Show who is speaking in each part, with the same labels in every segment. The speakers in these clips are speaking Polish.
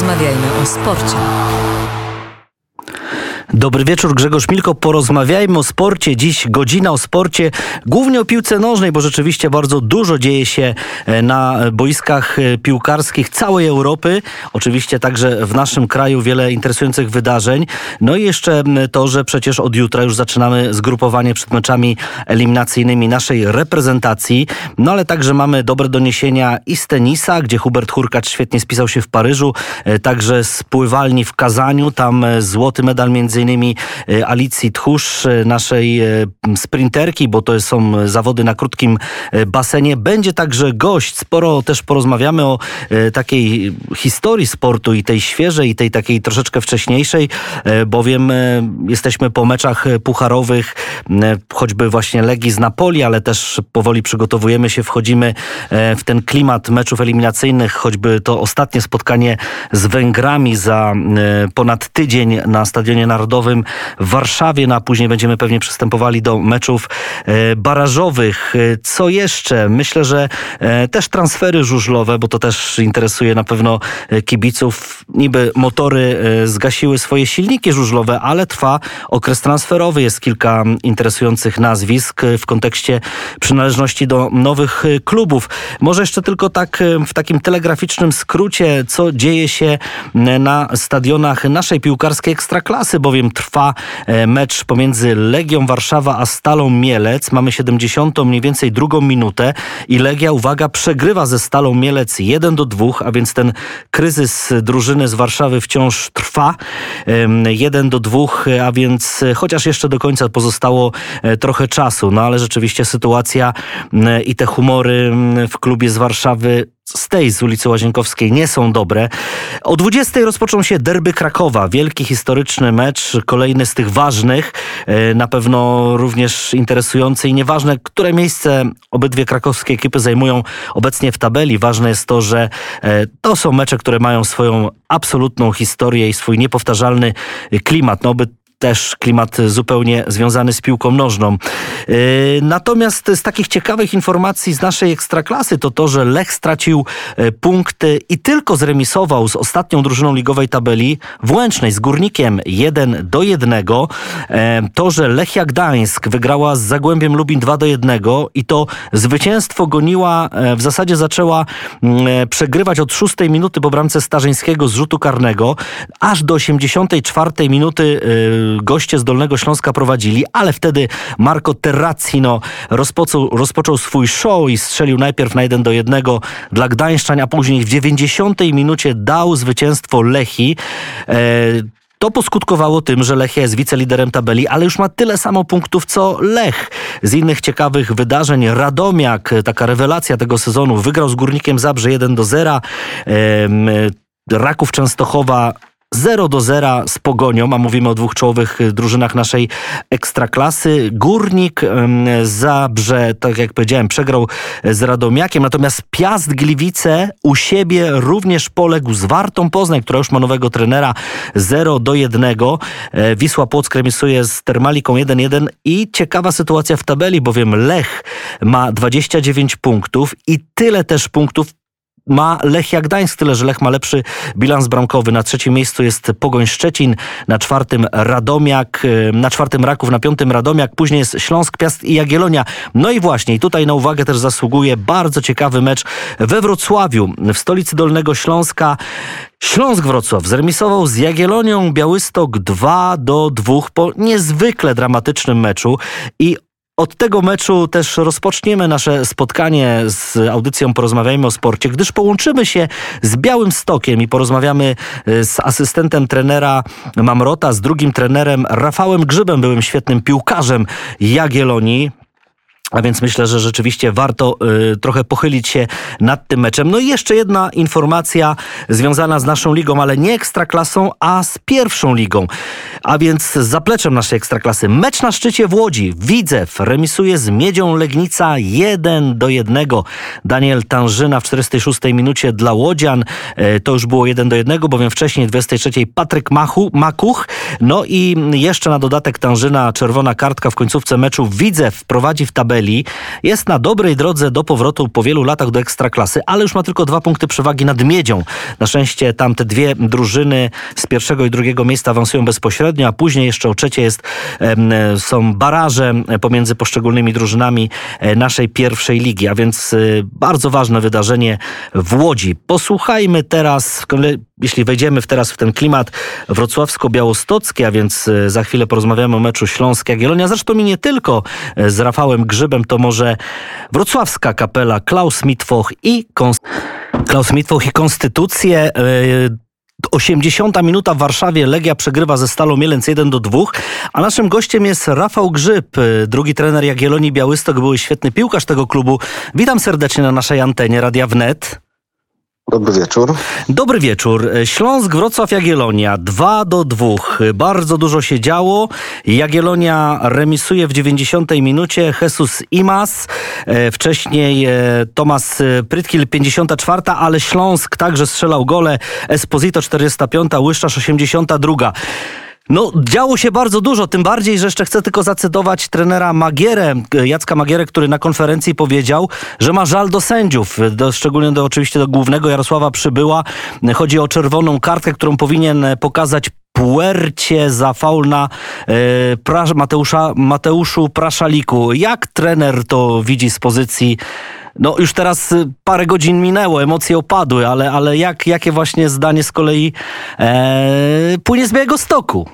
Speaker 1: Porozmawiajmy o sporcie.
Speaker 2: Dobry wieczór, Grzegorz Milko. Porozmawiajmy o sporcie. Dziś godzina o sporcie, głównie o piłce nożnej, bo rzeczywiście bardzo dużo dzieje się na boiskach piłkarskich całej Europy. Oczywiście także w naszym kraju wiele interesujących wydarzeń. No i jeszcze to, że przecież od jutra już zaczynamy zgrupowanie przed meczami eliminacyjnymi naszej reprezentacji. No ale także mamy dobre doniesienia i z tenisa, gdzie Hubert Hurkacz świetnie spisał się w Paryżu. Także z pływalni w Kazaniu. Tam złoty medal między innymi Alicji Tchórz, naszej sprinterki, bo to są zawody na krótkim basenie. Będzie także gość. Sporo też porozmawiamy o takiej historii sportu i tej świeżej, i tej takiej troszeczkę wcześniejszej, bowiem jesteśmy po meczach pucharowych, choćby właśnie Legii z Napoli, ale też powoli przygotowujemy się, wchodzimy w ten klimat meczów eliminacyjnych, choćby to ostatnie spotkanie z Węgrami za ponad tydzień na Stadionie Narodowym w Warszawie, no a później będziemy pewnie przystępowali do meczów barażowych. Co jeszcze? Myślę, że też transfery żużlowe, bo to też interesuje na pewno kibiców. Niby motory zgasiły swoje silniki żużlowe, ale trwa okres transferowy. Jest kilka interesujących nazwisk w kontekście przynależności do nowych klubów. Może jeszcze tylko tak w takim telegraficznym skrócie, co dzieje się na stadionach naszej piłkarskiej ekstraklasy, bowiem trwa mecz pomiędzy Legią Warszawa a Stalą Mielec. Mamy 70. mniej więcej drugą minutę i Legia, uwaga, przegrywa ze Stalą Mielec 1-2, a więc ten kryzys drużyny z Warszawy wciąż trwa. 1-2, a więc chociaż jeszcze do końca pozostało trochę czasu, no ale rzeczywiście sytuacja i te humory w klubie z Warszawy z ulicy Łazienkowskiej nie są dobre. O 20 rozpoczną się derby Krakowa. Wielki, historyczny mecz, kolejny z tych ważnych, na pewno również interesujący i nieważne, które miejsce obydwie krakowskie ekipy zajmują obecnie w tabeli. Ważne jest to, że to są mecze, które mają swoją absolutną historię i swój niepowtarzalny klimat. No, też klimat zupełnie związany z piłką nożną. Natomiast z takich ciekawych informacji z naszej ekstraklasy to, że Lech stracił punkty i tylko zremisował z ostatnią drużyną ligowej tabeli w Łęcznej z Górnikiem 1-1. To, że Lechia Gdańsk wygrała z Zagłębiem Lubin 2-1 i to zwycięstwo goniła, w zasadzie zaczęła przegrywać od 6 minuty po bramce Starzyńskiego z rzutu karnego, aż do 84 minuty goście z Dolnego Śląska prowadzili, ale wtedy Marco Terracino rozpoczął swój show i strzelił najpierw na 1-1 dla Gdańszczań, a później w 90 minucie dał zwycięstwo Lechii. To poskutkowało tym, że Lechia jest wiceliderem tabeli, ale już ma tyle samo punktów co Lech. Z innych ciekawych wydarzeń Radomiak, taka rewelacja tego sezonu, wygrał z Górnikiem Zabrze 1-0. Raków Częstochowa 0-0 z Pogonią, a mówimy o dwóch czołowych drużynach naszej ekstraklasy. Górnik Zabrze, tak jak powiedziałem, przegrał z Radomiakiem, natomiast Piast Gliwice u siebie również poległ z Wartą Poznań, która już ma nowego trenera, 0-1. Wisła Płock remisuje z Termaliką 1-1 i ciekawa sytuacja w tabeli, bowiem Lech ma 29 punktów i tyle też punktów ma Lechia Gdańsk, tyle że Lech ma lepszy bilans bramkowy. Na trzecim miejscu jest Pogoń Szczecin, na czwartym Radomiak, na czwartym Raków, na piątym Radomiak, później jest Śląsk, Piast i Jagiellonia. No i właśnie, i tutaj na uwagę też zasługuje bardzo ciekawy mecz we Wrocławiu, w stolicy Dolnego Śląska. Śląsk Wrocław zremisował z Jagiellonią Białystok 2-2 po niezwykle dramatycznym meczu i od tego meczu też rozpoczniemy nasze spotkanie z audycją Porozmawiajmy o sporcie, gdyż połączymy się z Białymstokiem i porozmawiamy z asystentem trenera Mamrota, z drugim trenerem Rafałem Grzybem, byłym świetnym piłkarzem Jagiellonii. A więc myślę, że rzeczywiście warto trochę pochylić się nad tym meczem. No i jeszcze jedna informacja związana z naszą ligą, ale nie ekstraklasą, a z pierwszą ligą. A więc z zapleczem naszej ekstraklasy. Mecz na szczycie w Łodzi. Widzew remisuje z Miedzią Legnica 1-1. Daniel Tanżyna w 46 minucie dla łodzian. To już było 1-1, bowiem wcześniej w 23 Patryk Makuch. No i jeszcze na dodatek Tanżyna, czerwona kartka w końcówce meczu. Widzew prowadzi w tabeli tabeli. Jest na dobrej drodze do powrotu po wielu latach do Ekstraklasy, ale już ma tylko 2 punkty przewagi nad Miedzią. Na szczęście tam te dwie drużyny z pierwszego i drugiego miejsca awansują bezpośrednio, a później jeszcze o trzecie są baraże pomiędzy poszczególnymi drużynami naszej pierwszej ligi, a więc bardzo ważne wydarzenie w Łodzi. Posłuchajmy teraz, jeśli wejdziemy teraz w ten klimat wrocławsko-białostocki, a więc za chwilę porozmawiamy o meczu Śląsk-Jagiellonia. Zresztą i nie tylko z Rafałem Grzybem, to może wrocławska kapela Klaus Mittwoch i Konstytucje. 80 minuta w Warszawie. Legia przegrywa ze Stalą Mielec 1-2, a naszym gościem jest Rafał Grzyb, drugi trener Jagiellonii Białystok, były świetny piłkarz tego klubu. Witam serdecznie na naszej antenie Radia Wnet.
Speaker 1: Dobry wieczór.
Speaker 2: Dobry wieczór. Śląsk, Wrocław, Jagiellonia 2-2. Bardzo dużo się działo. Jagiellonia remisuje w 90 minucie. Jesus Imaz. Wcześniej Tomasz Prytkil 54, ale Śląsk także strzelał gole. Esposito 45, Łyszczarz 82. No, działo się bardzo dużo, tym bardziej, że jeszcze chcę tylko zacytować trenera Jacka Magierę, który na konferencji powiedział, że ma żal do sędziów, szczególnie oczywiście do głównego Jarosława Przybyła. Chodzi o czerwoną kartkę, którą powinien pokazać Puercie za faul na Mateuszu Praszaliku. Jak trener to widzi z pozycji... No już teraz parę godzin minęło, emocje opadły, ale jakie właśnie zdanie z kolei płynie z Białegostoku?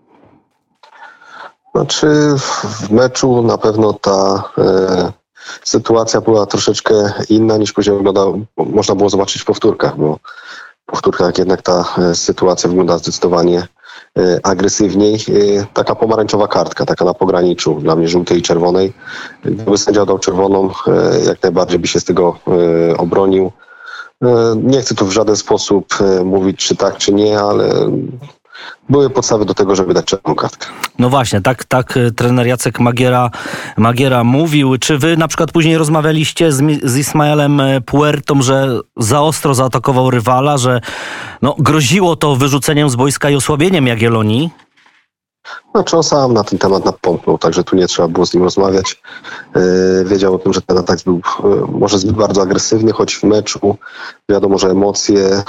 Speaker 1: Znaczy w meczu na pewno ta sytuacja była troszeczkę inna niż później można było zobaczyć w powtórkach, bo w powtórkach jednak ta sytuacja wygląda zdecydowanie agresywniej. Taka pomarańczowa kartka, taka na pograniczu, dla mnie żółtej i czerwonej. Gdyby sędzia dał czerwoną, jak najbardziej by się z tego obronił. Nie chcę tu w żaden sposób mówić, czy tak, czy nie, ale były podstawy do tego, żeby dać czerwoną kartkę.
Speaker 2: No właśnie, tak trener Jacek Magiera mówił. Czy wy na przykład później rozmawialiście z Ismaelem Puertą, że za ostro zaatakował rywala, że no, groziło to wyrzuceniem z boiska i osłabieniem Jagiellonii?
Speaker 1: Znaczy on sam na ten temat napomknął, także tu nie trzeba było z nim rozmawiać. Wiedział o tym, że ten atak był może zbyt bardzo agresywny, choć w meczu wiadomo, że emocje...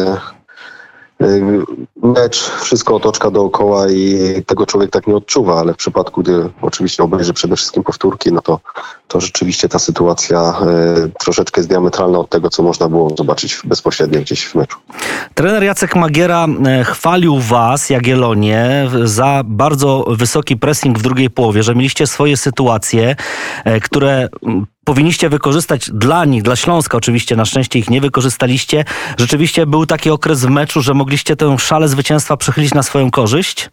Speaker 1: Mecz, wszystko otoczka dookoła i tego człowiek tak nie odczuwa, ale w przypadku, gdy oczywiście obejrzy przede wszystkim powtórki, no to rzeczywiście ta sytuacja troszeczkę jest diametralna od tego, co można było zobaczyć bezpośrednio gdzieś w meczu. Trener
Speaker 2: Jacek Magiera chwalił was, Jagiellonię, za bardzo wysoki pressing w drugiej połowie, że mieliście swoje sytuacje, które powinniście wykorzystać dla nich, dla Śląska oczywiście, na szczęście ich nie wykorzystaliście. Rzeczywiście był taki okres w meczu, że mogliście tę szalę zwycięstwa przechylić na swoją korzyść?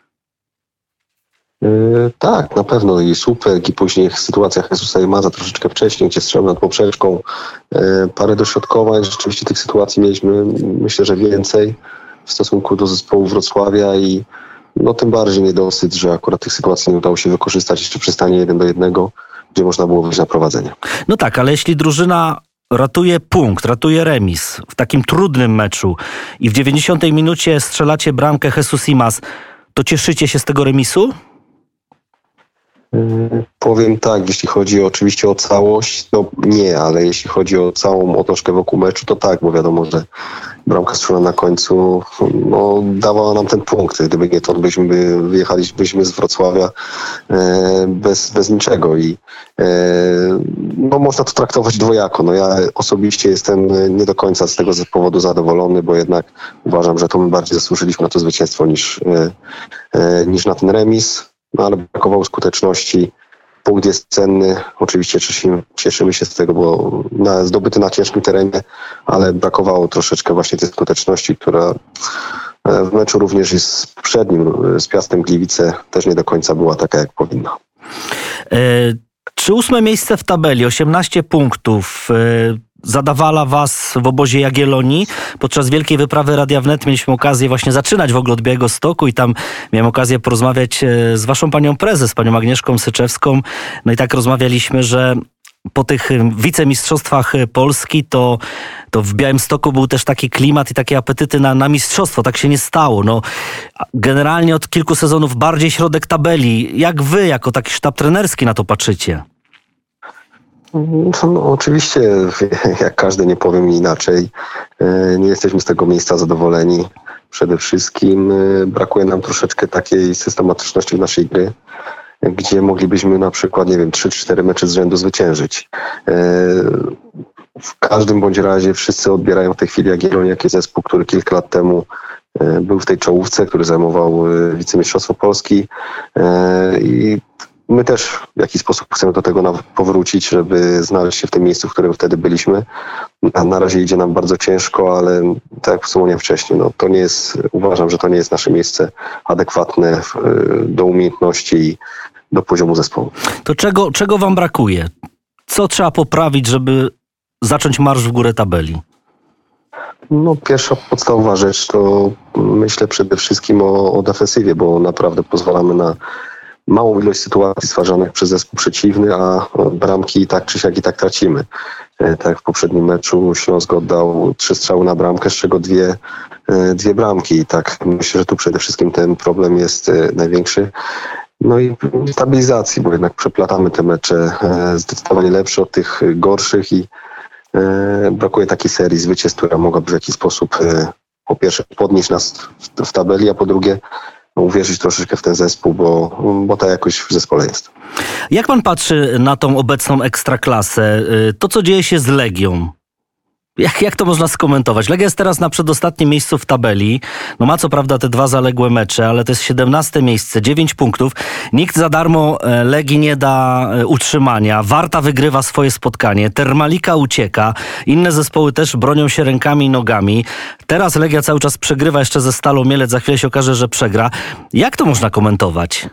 Speaker 1: Tak, na pewno i słupek i później sytuacja Jesusa Imaza troszeczkę wcześniej, gdzie strzelał nad poprzeczką. Parę dośrodkowań, rzeczywiście tych sytuacji mieliśmy, myślę, że więcej w stosunku do zespołu Wrocławia i no tym bardziej niedosyt, że akurat tych sytuacji nie udało się wykorzystać jeszcze przy stanie 1-1, gdzie można było wyjść na prowadzenie.
Speaker 2: No tak, ale jeśli drużyna ratuje punkt, ratuje remis w takim trudnym meczu i w 90 minucie strzelacie bramkę Jesus Imaz, to cieszycie się z tego remisu?
Speaker 1: Powiem tak, jeśli chodzi oczywiście o całość, to nie, ale jeśli chodzi o całą otoczkę wokół meczu, to tak, bo wiadomo, że bramka strzelona na końcu no, dawała nam ten punkt. Gdyby nie to, wyjechalibyśmy z Wrocławia bez niczego i no, można to traktować dwojako. No, ja osobiście jestem nie do końca z tego powodu zadowolony, bo jednak uważam, że to my bardziej zasłużyliśmy na to zwycięstwo niż na ten remis. No, ale brakowało skuteczności. Punkt jest cenny. Oczywiście cieszymy się z tego, bo zdobyty na ciężkim terenie, ale brakowało troszeczkę właśnie tej skuteczności, która w meczu również i z poprzednim, z Piastem Gliwice, też nie do końca była taka, jak powinna.
Speaker 2: Czy 8 miejsce w tabeli, 18 punktów, zadawala was w obozie Jagiellonii? Podczas wielkiej wyprawy Radia Wnet mieliśmy okazję właśnie zaczynać w ogóle od Białegostoku i tam miałem okazję porozmawiać z waszą panią prezes, panią Agnieszką Syczewską. No i tak rozmawialiśmy, że po tych wicemistrzostwach Polski to w Białymstoku był też taki klimat i takie apetyty na mistrzostwo. Tak się nie stało. No, generalnie od kilku sezonów bardziej środek tabeli. Jak wy jako taki sztab trenerski na to patrzycie?
Speaker 1: No, oczywiście, jak każdy, nie powiem inaczej, nie jesteśmy z tego miejsca zadowoleni. Przede wszystkim brakuje nam troszeczkę takiej systematyczności w naszej gry, gdzie moglibyśmy na przykład, 3-4 mecze z rzędu zwyciężyć. W każdym bądź razie wszyscy odbierają w tej chwili Jagiellonię jako zespół, który kilka lat temu był w tej czołówce, który zajmował wicemistrzostwo Polski i my też w jakiś sposób chcemy do tego powrócić, żeby znaleźć się w tym miejscu, w którym wtedy byliśmy. Na razie idzie nam bardzo ciężko, ale tak jak wspomniałem wcześniej, to nie jest, uważam, że to nie jest nasze miejsce adekwatne do umiejętności i do poziomu zespołu.
Speaker 2: To czego wam brakuje? Co trzeba poprawić, żeby zacząć marsz w górę tabeli?
Speaker 1: Pierwsza podstawowa rzecz to myślę przede wszystkim o defensywie, bo naprawdę pozwalamy na małą ilość sytuacji stwarzanych przez zespół przeciwny, a bramki tak czy siak i tak tracimy. Tak jak w poprzednim meczu Śląsk oddał 3 strzały na bramkę, z czego dwie bramki. I tak myślę, że tu przede wszystkim ten problem jest największy. I stabilizacji, bo jednak przeplatamy te mecze zdecydowanie lepsze od tych gorszych i brakuje takiej serii zwycięstw, która mogłaby w jakiś sposób po pierwsze podnieść nas w tabeli, a po drugie uwierzyć troszeczkę w ten zespół, bo ta jakość w zespole jest.
Speaker 2: Jak pan patrzy na tą obecną ekstraklasę? To, co dzieje się z Legią? Jak to można skomentować? Legia jest teraz na przedostatnim miejscu w tabeli. Ma co prawda te 2 zaległe mecze, ale to jest 17 miejsce, 9 punktów. Nikt za darmo Legii nie da utrzymania. Warta wygrywa swoje spotkanie. Termalika ucieka. Inne zespoły też bronią się rękami i nogami. Teraz Legia cały czas przegrywa jeszcze ze Stalą Mielec. Za chwilę się okaże, że przegra. Jak to można komentować?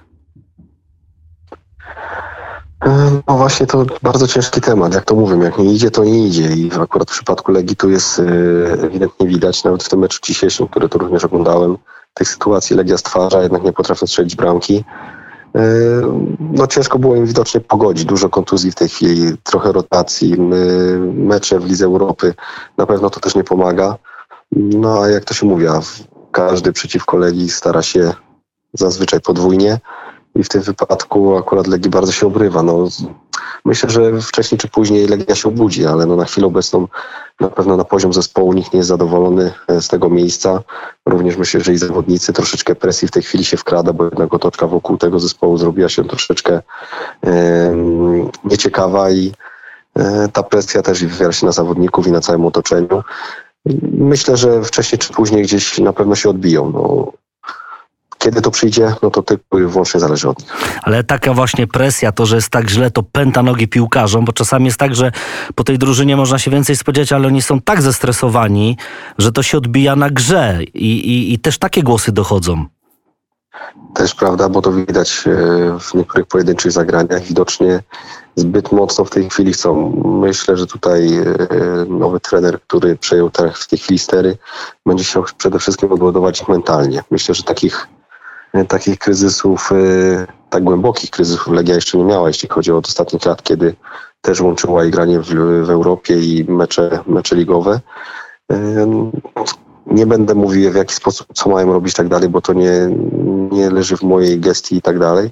Speaker 1: Właśnie to bardzo ciężki temat. Jak to mówię, jak nie idzie, to nie idzie. I akurat w przypadku Legii tu jest ewidentnie widać, nawet w tym meczu dzisiejszym, który tu również oglądałem, tych sytuacji Legia stwarza, jednak nie potrafi strzelić bramki. Ciężko było im widocznie pogodzić. Dużo kontuzji w tej chwili, trochę rotacji, mecze w Lidze Europy. Na pewno to też nie pomaga. A jak to się mówi, każdy przeciwko Legii stara się zazwyczaj podwójnie. I w tym wypadku akurat Legii bardzo się obrywa. Myślę, że wcześniej czy później Legia się obudzi, ale na chwilę obecną na pewno na poziom zespołu nikt nie jest zadowolony z tego miejsca. Również myślę, że i zawodnicy, troszeczkę presji w tej chwili się wkrada, bo jednak otoczka wokół tego zespołu zrobiła się troszeczkę nieciekawa i ta presja też wywiera się na zawodników i na całym otoczeniu. Myślę, że wcześniej czy później gdzieś na pewno się odbiją. Kiedy to przyjdzie, to tylko i wyłącznie zależy od nich.
Speaker 2: Ale taka właśnie presja, to, że jest tak źle, to pęta nogi piłkarzom, bo czasami jest tak, że po tej drużynie można się więcej spodziewać, ale oni są tak zestresowani, że to się odbija na grze i też takie głosy dochodzą.
Speaker 1: Też prawda, bo to widać w niektórych pojedynczych zagraniach. Widocznie zbyt mocno w tej chwili chcą. Myślę, że tutaj nowy trener, który przejął w tej chwili stery, będzie chciał przede wszystkim odbudować ich mentalnie. Myślę, że takich kryzysów, tak głębokich kryzysów Legia jeszcze nie miała, jeśli chodzi o ostatnich lat, kiedy też łączyła i granie w Europie i mecze ligowe. Nie będę mówił w jaki sposób, co mają robić i tak dalej, bo to nie leży w mojej gestii i tak dalej.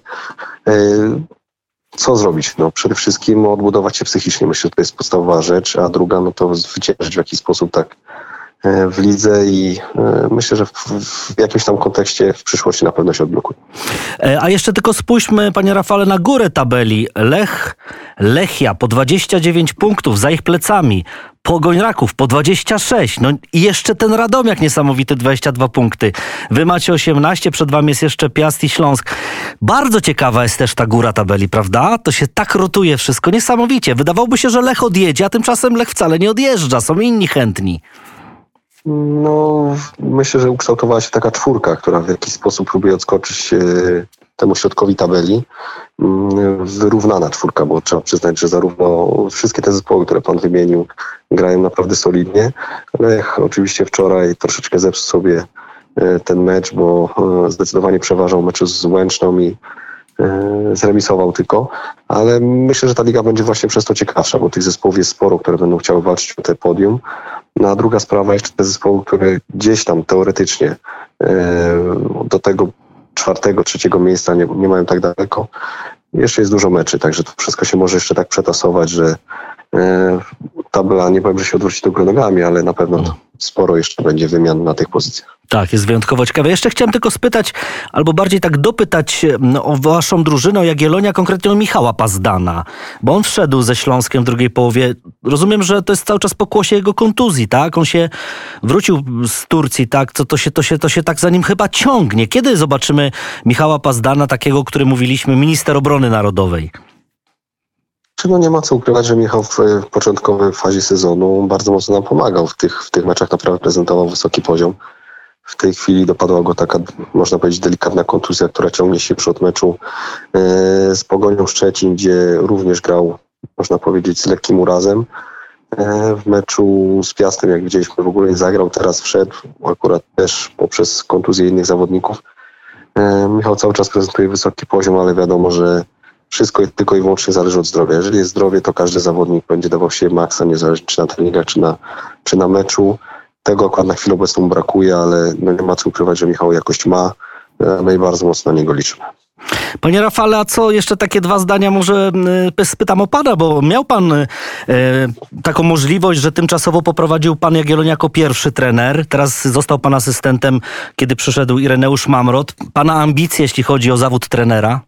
Speaker 1: Co zrobić? Przede wszystkim odbudować się psychicznie. Myślę, że to jest podstawowa rzecz, a druga to zwyciężyć w jakiś sposób tak w lidze i myślę, że w jakimś tam kontekście w przyszłości na pewno się odblokuje.
Speaker 2: A jeszcze tylko spójrzmy, panie Rafale, na górę tabeli. Lechia po 29 punktów za ich plecami. Pogoń Raków po 26. I jeszcze ten Radomiak niesamowity 22 punkty. Wy macie 18, przed wami jest jeszcze Piast i Śląsk. Bardzo ciekawa jest też ta góra tabeli, prawda? To się tak rotuje wszystko niesamowicie. Wydawałoby się, że Lech odjedzie, a tymczasem Lech wcale nie odjeżdża. Są inni chętni.
Speaker 1: Myślę, że ukształtowała się taka czwórka, która w jakiś sposób próbuje odskoczyć temu środkowi tabeli. Wyrównana czwórka, bo trzeba przyznać, że zarówno wszystkie te zespoły, które pan wymienił, grają naprawdę solidnie. Lech oczywiście wczoraj troszeczkę zepsuł sobie ten mecz, bo zdecydowanie przeważał meczu z Łęczną i zremisował tylko, ale myślę, że ta liga będzie właśnie przez to ciekawsza, bo tych zespołów jest sporo, które będą chciały walczyć o te podium. A druga sprawa, jeszcze te zespoły, które gdzieś tam teoretycznie do tego 4., 3. miejsca nie mają tak daleko, Jeszcze jest dużo meczy, także to wszystko się może jeszcze tak przetasować, że tabela, nie powiem, że się odwróci do góry nogami, ale na pewno sporo jeszcze będzie wymian na tych pozycjach.
Speaker 2: Tak, jest wyjątkowo ciekawe. Jeszcze chciałem tylko spytać, albo bardziej tak dopytać o waszą drużynę, o Jagiellonia, konkretnie o Michała Pazdana, bo on wszedł ze Śląskiem w drugiej połowie. Rozumiem, że to jest cały czas pokłosie jego kontuzji, tak? On się wrócił z Turcji, tak? To się tak za nim chyba ciągnie. Kiedy zobaczymy Michała Pazdana, takiego, który mówiliśmy, minister obrony narodowej?
Speaker 1: No nie ma co ukrywać, że Michał w początkowej fazie sezonu bardzo mocno nam pomagał. W tych meczach naprawdę prezentował wysoki poziom. W tej chwili dopadła go taka, można powiedzieć, delikatna kontuzja, która ciągnie się przed meczu z Pogonią Szczecin, gdzie również grał, można powiedzieć, z lekkim urazem. W meczu z Piastem, jak widzieliśmy, w ogóle nie zagrał, teraz wszedł, akurat też poprzez kontuzję innych zawodników. Michał cały czas prezentuje wysoki poziom, ale wiadomo, że wszystko tylko i wyłącznie zależy od zdrowia. Jeżeli jest zdrowie, to każdy zawodnik będzie dawał się maksa, niezależnie czy na treningach, czy na meczu. Tego akurat na chwilę obecną mu brakuje, ale no nie ma co ukrywać, że Michał jakość ma. No i bardzo mocno na niego liczymy.
Speaker 2: Panie Rafale, a co jeszcze takie dwa zdania może spytam o pana, bo miał pan taką możliwość, że tymczasowo poprowadził pan Jagiellonię jako pierwszy trener. Teraz został pan asystentem, kiedy przyszedł Ireneusz Mamrot. Pana ambicje, jeśli chodzi o zawód trenera?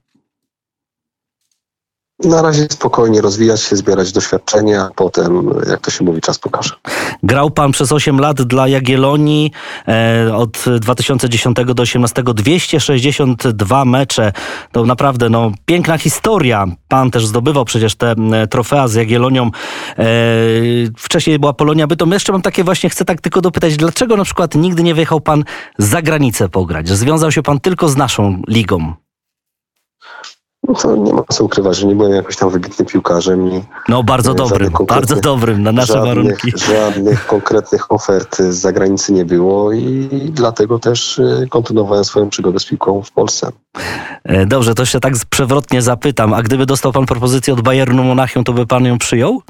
Speaker 1: Na razie spokojnie rozwijać się, zbierać doświadczenia, a potem, jak to się mówi, czas pokaże.
Speaker 2: Grał pan przez 8 lat dla Jagiellonii, od 2010 do 2018 262 mecze. To naprawdę piękna historia. Pan też zdobywał przecież te trofea z Jagiellonią. Wcześniej była Polonia Bytom. Jeszcze mam takie właśnie, chcę tak tylko dopytać, dlaczego na przykład nigdy nie wyjechał pan za granicę pograć? Związał się pan tylko z naszą ligą.
Speaker 1: No to nie ma co ukrywać, że nie byłem jakoś tam wybitnym piłkarzem.
Speaker 2: Bardzo dobrym na nasze warunki.
Speaker 1: Żadnych konkretnych ofert z zagranicy nie było i dlatego też kontynuowałem swoją przygodę z piłką w Polsce.
Speaker 2: Dobrze, to się tak przewrotnie zapytam. A gdyby dostał pan propozycję od Bayernu Monachium, to by pan ją przyjął?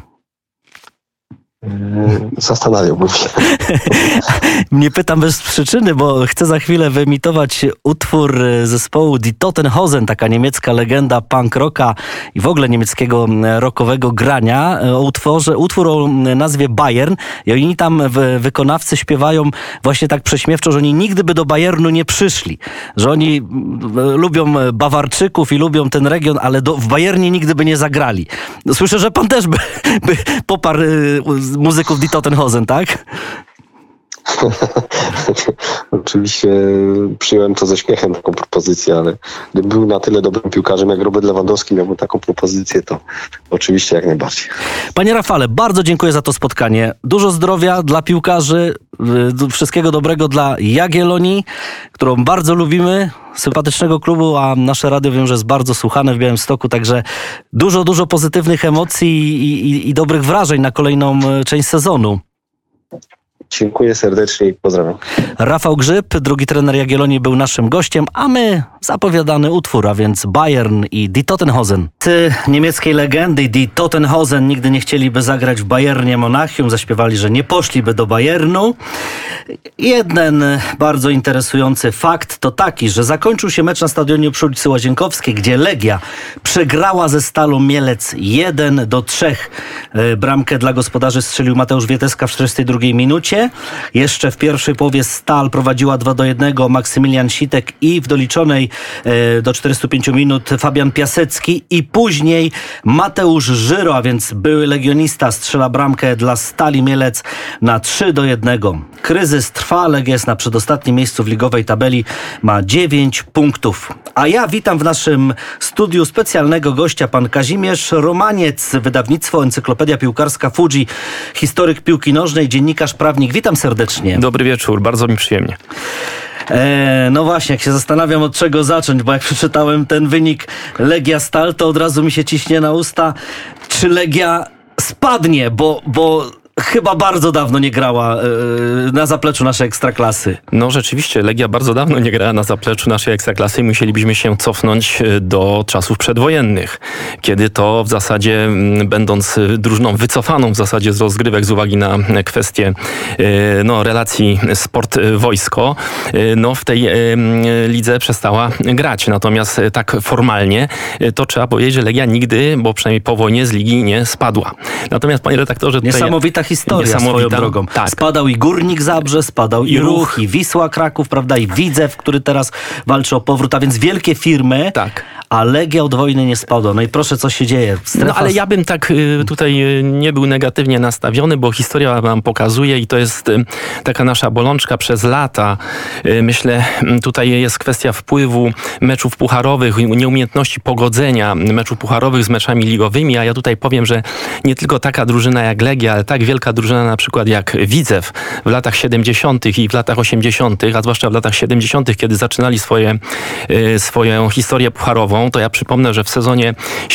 Speaker 1: Zastanawiałbym się.
Speaker 2: Nie pytam bez przyczyny, bo chcę za chwilę wyemitować utwór zespołu Die Totenhosen, taka niemiecka legenda punk rocka i w ogóle niemieckiego rockowego grania. Utwór o nazwie Bayern i oni tam wykonawcy śpiewają właśnie tak prześmiewczo, że oni nigdy by do Bayernu nie przyszli. Że oni lubią Bawarczyków i lubią ten region, ale w Bayernie nigdy by nie zagrali. Słyszę, że pan też by poparł muzyków Die Totenhosen, tak?
Speaker 1: Oczywiście przyjąłem to ze śmiechem, taką propozycję, ale gdybym był na tyle dobrym piłkarzem jak Robert Lewandowski, miałbym taką propozycję, to oczywiście jak najbardziej.
Speaker 2: Panie Rafale, bardzo dziękuję za to spotkanie. Dużo zdrowia dla piłkarzy, wszystkiego dobrego dla Jagiellonii, którą bardzo lubimy, sympatycznego klubu, a nasze radio wiem, że jest bardzo słuchane w Białymstoku, także dużo pozytywnych emocji i dobrych wrażeń na kolejną część sezonu.
Speaker 1: Dziękuję serdecznie i pozdrawiam.
Speaker 2: Rafał Grzyb, drugi trener Jagiellonii, był naszym gościem, a my zapowiadany utwór, a więc Bayern i Die Totenhosen. Niemieckiej legendy Die Totenhosen nigdy nie chcieliby zagrać w Bayernie Monachium, zaśpiewali, że nie poszliby do Bayernu. Jeden bardzo interesujący fakt to taki, że zakończył się mecz na stadionie przy ulicy Łazienkowskiej, gdzie Legia przegrała ze Stalą Mielec 1-3. Bramkę dla gospodarzy strzelił Mateusz Wieteska w 42 minucie. Jeszcze w pierwszej połowie Stal prowadziła 2-1, Maksymilian Sitek i w doliczonej do 45 minut Fabian Piasecki i później Mateusz Żyro, a więc były legionista, strzela bramkę dla Stali Mielec na 3-1. Kryzys trwa, Legia jest na przedostatnim miejscu w ligowej tabeli, ma 9 punktów. A ja witam w naszym studiu specjalnego gościa, pan Kazimierz Romaniec, wydawnictwo Encyklopedia Piłkarska Fuji, historyk piłki nożnej, dziennikarz, prawnik. Witam serdecznie.
Speaker 3: Dobry wieczór, bardzo mi przyjemnie.
Speaker 2: No właśnie, jak się zastanawiam, od czego zacząć, bo jak przeczytałem ten wynik Legia Stal, to od razu mi się ciśnie na usta, czy Legia spadnie, bo chyba bardzo dawno nie grała na zapleczu naszej Ekstraklasy.
Speaker 3: No rzeczywiście, Legia bardzo dawno nie grała na zapleczu naszej Ekstraklasy i musielibyśmy się cofnąć do czasów przedwojennych, kiedy to w zasadzie, będąc drużyną wycofaną w zasadzie z rozgrywek z uwagi na kwestie relacji sport-wojsko, w tej lidze przestała grać. Natomiast tak formalnie to trzeba powiedzieć, że Legia nigdy, bo przynajmniej po wojnie z ligi nie spadła. Natomiast, panie redaktorze, tutaj
Speaker 2: niesamowita historia swoją drogą.
Speaker 3: Tak.
Speaker 2: Spadał i Górnik Zabrze, spadał i Ruch, i Wisła Kraków, prawda, i Widzew, który teraz walczy o powrót, a więc wielkie firmy,
Speaker 3: tak.
Speaker 2: A Legia od wojny nie spadła. No i proszę, co się dzieje.
Speaker 3: Ale ja bym tak tutaj nie był negatywnie nastawiony, bo historia nam pokazuje i to jest taka nasza bolączka przez lata. Myślę, tutaj jest kwestia wpływu meczów pucharowych, nieumiejętności pogodzenia meczów pucharowych z meczami ligowymi, a ja tutaj powiem, że nie tylko taka drużyna jak Legia, ale tak wielka drużyna na przykład jak Widzew w latach 70. i w latach 80., a zwłaszcza w latach 70., kiedy zaczynali swoją historię pucharową, to ja przypomnę, że w sezonie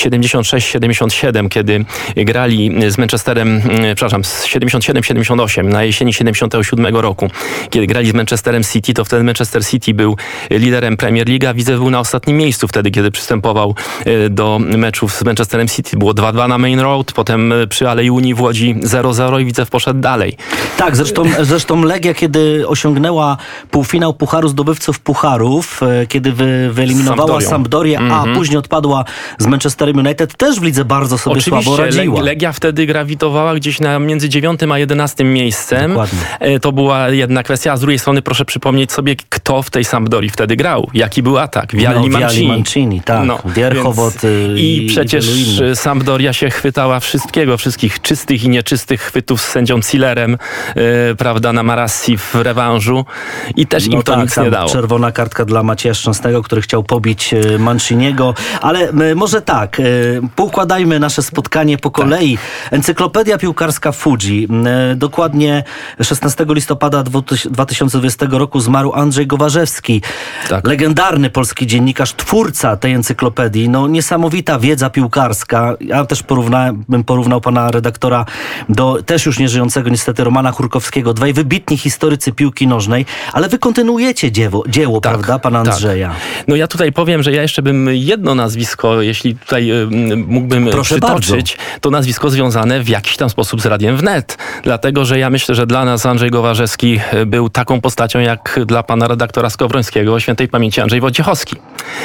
Speaker 3: 76-77, kiedy grali z Manchesterem, z 77-78, na jesieni 77 roku, kiedy grali z Manchesterem City, to wtedy Manchester City był liderem Premier League, a Widzew był na ostatnim miejscu wtedy, kiedy przystępował do meczów z Manchesterem City. Było 2-2 na Main Road, potem przy Alei Unii w Łodzi 0-0 i Widzew poszedł dalej.
Speaker 2: Tak, zresztą Legia, kiedy osiągnęła półfinał Pucharu Zdobywców Pucharów, kiedy wyeliminowała Sampdorię, a później odpadła z Manchesterem United, też w lidze bardzo sobie słabo radziła.
Speaker 3: Legia wtedy grawitowała gdzieś między 9 a 11 miejscem.
Speaker 2: Dokładnie.
Speaker 3: To była jedna kwestia, a z drugiej strony proszę przypomnieć sobie, kto w tej Sampdorii wtedy grał. Jaki był atak? Vialli
Speaker 2: Mancini, tak. Wierchowod
Speaker 3: i przecież Sampdoria się chwytała wszystkich czystych i nieczystych chwytów z sędzią Zillerem, prawda, na Marassi w rewanżu i też im to nic nie dało.
Speaker 2: Czerwona kartka dla Macieja Szczęsnego, który chciał pobić Manciniego, ale może tak, poukładajmy nasze spotkanie po kolei. Encyklopedia piłkarska Fuji. Dokładnie 16 listopada 2020 roku zmarł Andrzej Gowarzewski. Tak. Legendarny polski dziennikarz, twórca tej encyklopedii. No niesamowita wiedza piłkarska. Ja też bym porównał pana redaktora do też już nieżyjącego niestety Romana Chórkowskiego. Dwaj wybitni historycy piłki nożnej, ale wy kontynuujecie dzieło, tak, prawda, pana Andrzeja?
Speaker 3: No ja tutaj powiem, że ja jeszcze bym jedno nazwisko, jeśli tutaj mógłbym przytoczyć, to nazwisko związane w jakiś tam sposób z Radiem Wnet. Dlatego, że ja myślę, że dla nas Andrzej Gowarzewski był taką postacią, jak dla pana redaktora Skowrońskiego, świętej pamięci Andrzej Wojciechowski.